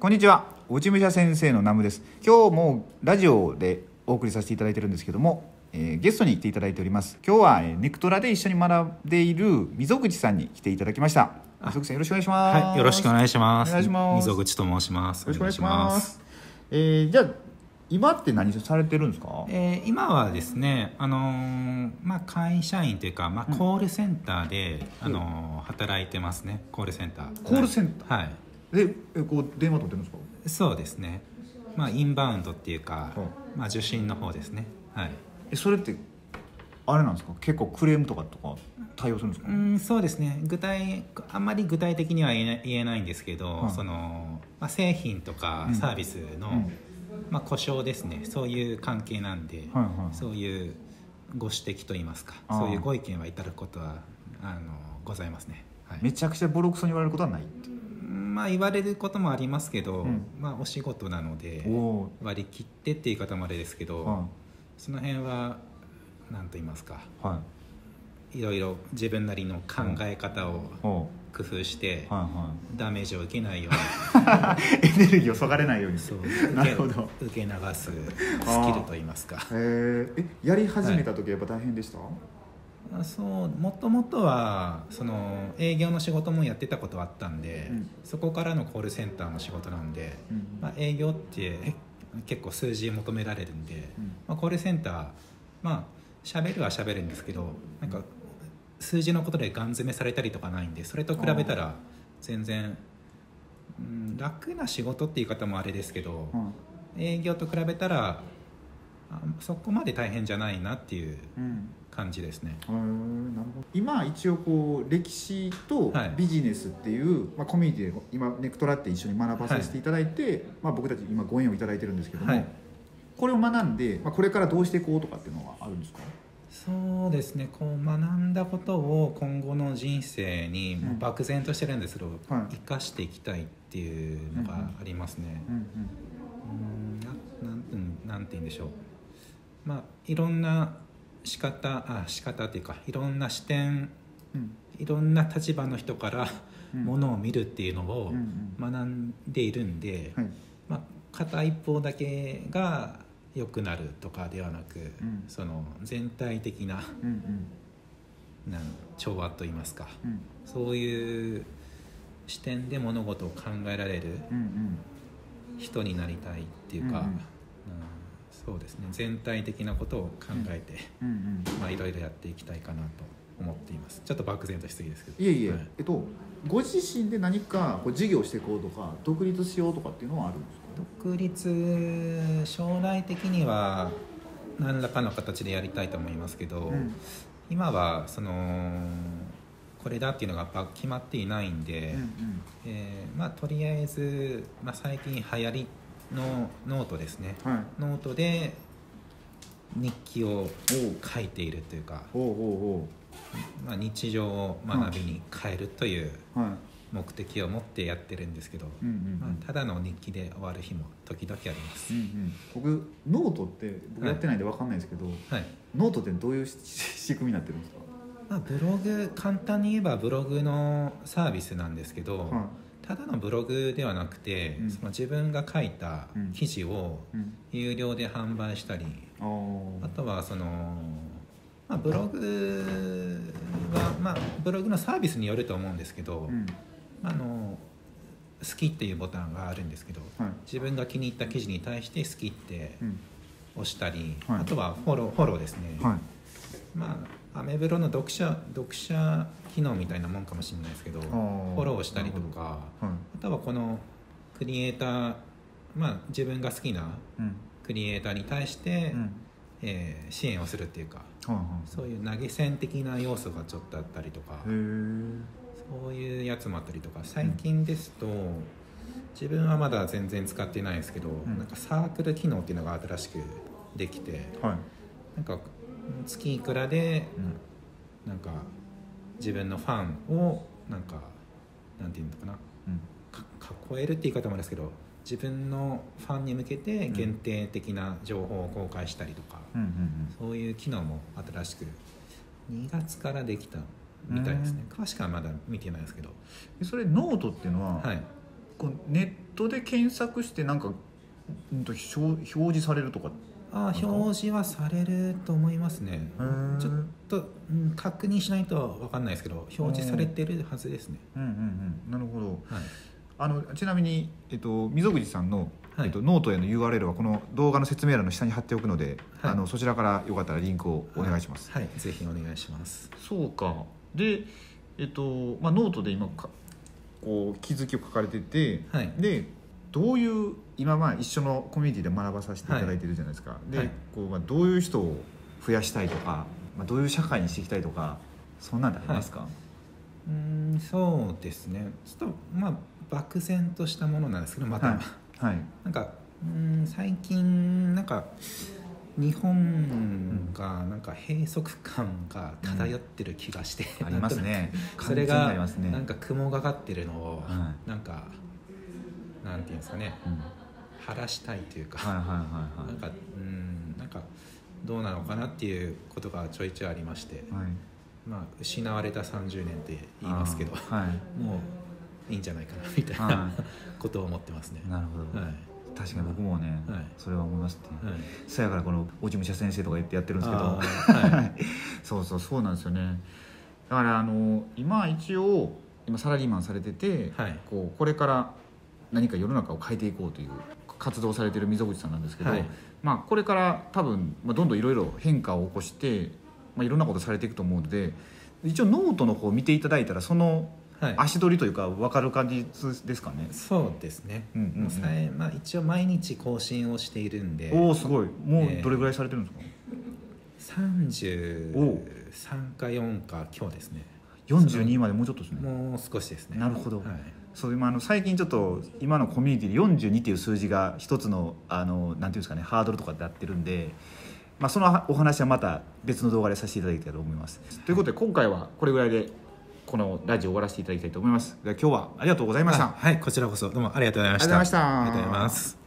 こんにちは、落ち武者先生のナムです。今日もラジオでお送りさせていただいてるんですけども、ゲストに来ていただいております。今日は、ネクトラで一緒に学んでいる溝口さんに来ていただきました。溝口さん、よろしくお願いします。 はい、よろしくお願いします。 お願いします。 溝口と申します。 よろしくお願いします。じゃあ今って何されてるんですか？ 今はですね、会社員というか、コールセンターで、働いてますね。コールセンター。 コールセンター。 はい。 で、こう電話取ってるんですか？ そうですね。インバウンドっていうか、受信の方ですね。はい。 それってあれなんですか？結構クレームとか対応するんですか？ そうですね。あんまり具体的には言えないんですけど、製品とかサービスの、故障ですね。そういう関係なんで、そういうご指摘といいますか、そういうご意見はいただくことはございますね。はい、 めちゃくちゃボロクソに言われることはない。 言われることもありますけど、お仕事なので割り切ってっていう言い方もあれですけど、その辺は何と言いますか、いろいろ自分なりの考え方を工夫して、ダメージを受けないようにエネルギーをそがれないように。 なるほど。受け流すスキルといいますか。 やり始めた時はやっぱ大変でした？ もともとは営業の仕事もやってたことはあったんで、そこからのコールセンターの仕事なんで、営業って結構数字求められるんで、コールセンター喋るは喋るんですけど、なんか数字のことでガン詰めされたりとかないんで、それと比べたら全然、楽な仕事って言い方もあれですけど、営業と比べたらそこまで大変じゃないなっていう感じですね。 なるほど。今一応こう歴史とビジネスっていう、コミュニティで今ネクトラって一緒に学ばせていただいて、僕たち今ご縁をいただいてるんですけども、これを学んで、これからどうしていこうとかっていうのはあるんですか？ そうですね、こう学んだことを今後の人生に漠然としてるんですけど、生かしていきたいっていうのがありますね。なんて言うんでしょう、いろんな仕方っていうか、いろんな視点、いろんな立場の人からものを見るっていうのを学んでいるんで、片一方だけが良くなるとかではなく、その全体的な、調和といいますか、そういう視点で物事を考えられる人になりたいっていうか、そうですね、全体的なことを考えて、いろいろやっていきたいかなと思っています。ちょっと漠然としすぎですけど。 いえ、ご自身で何かこう事業していこうとか独立しようとかっていうのはあるんですか？ 独立、将来的には何らかの形でやりたいと思いますけど、今はこれだっていうのが決まっていないんで、とりあえず、最近流行りのノートですね、ノートで日記を書いているというか、日常を学びに変えるという目的を持ってやってるんですけど、ただの日記で終わる日も時々あります。 僕ノートって僕やってないんで分かんないですけど、ノートってどういう仕組みになってるんですか？ ブログ、簡単に言えばブログのサービスなんですけど、ただのブログではなくて、その自分が書いた記事を有料で販売したり、あとはブログは、ブログのサービスによると思うんですけど、好きっていうボタンがあるんですけど、自分が気に入った記事に対して好きって押したり、あとはフォローですね。アメブロの読者機能みたいなもんかもしれないですけど、フォローしたりとか、あとはこのクリエイター、自分が好きなクリエイターに対して、支援をするっていうか、そういう投げ銭的な要素がちょっとあったりとか、そういうやつもあったりとか、最近ですと自分はまだ全然使ってないですけど、なんかサークル機能っていうのが新しくできて、なんか月いくらで、なんか自分のファンをなんていうのかな、囲えるって言い方もあるんですけど、自分のファンに向けて限定的な情報を公開したりとか、そういう機能も新しく2月からできたみたいですね。詳しくはまだ見てないですけど。 それノートっていうのは、 こうネットで検索してなんか、表示されるとか。 表示はされると思いますね。ちょっと、確認しないと分かんないですけど表示されてるはずですね。 なるほど、はい、ちなみに、溝口さんの、ノートへの URL はこの動画の説明欄の下に貼っておくので、はい、そちらからよかったらリンクをお願いします。 はい、ぜひお願いします。 そうか。で、ノートで今こう気づきを書かれてて、はい、でどういう今一緒のコミュニティで学ばさせていただいてるじゃないですか、はい、でこう、どういう人を増やしたいとか、どういう社会にしていきたいとか、そんなんでありますか？はい、 そうですね。ちょっと漠然としたものなんですけど、また、はいはい、なんか最近なんか日本がなんか閉塞感が漂ってる気がして、 ありますね。 それがなんか雲がかってるのをなんかなんていうんですかね、晴らしたいというか、なんかどうなのかなっていうことがちょいちょいありまして、はい、失われた30年って言いますけど、はい、もういいんじゃないかなみたいなことを思ってますね。 なるほど、はい、確かに僕もね、はい、それは思いますね、はい、そやからこのお事務者先生とか言ってやってるんですけど、はい、そうなんですよね。だから今一応サラリーマンされてて、はい、これから何か世の中を変えていこうという活動をされている溝口さんなんですけど、はい、これから多分、どんどんいろいろ変化を起こして、いろんなことされていくと思うので、一応ノートの方を見ていただいたらその足取りというか分かる感じですかね。 そうですね、一応毎日更新をしているんで。 お、すごい。もうどれぐらいされてるんですか ？33か4か今日ですね。 42までもうちょっとですね。 もう少しですね。 なるほど、はい、そう最近ちょっと今のコミュニティで42っていう数字が一つのなんていうんですかね、ハードルとかでやってるんで、そのお話はまた別の動画でさせていただきたいと思います。ということで今回はこれぐらいでこのラジオを終わらせていただきたいと思います。では今日はありがとうございました。 はい、こちらこそどうもありがとうございました。 ありがとうございました。 ありがとうございます。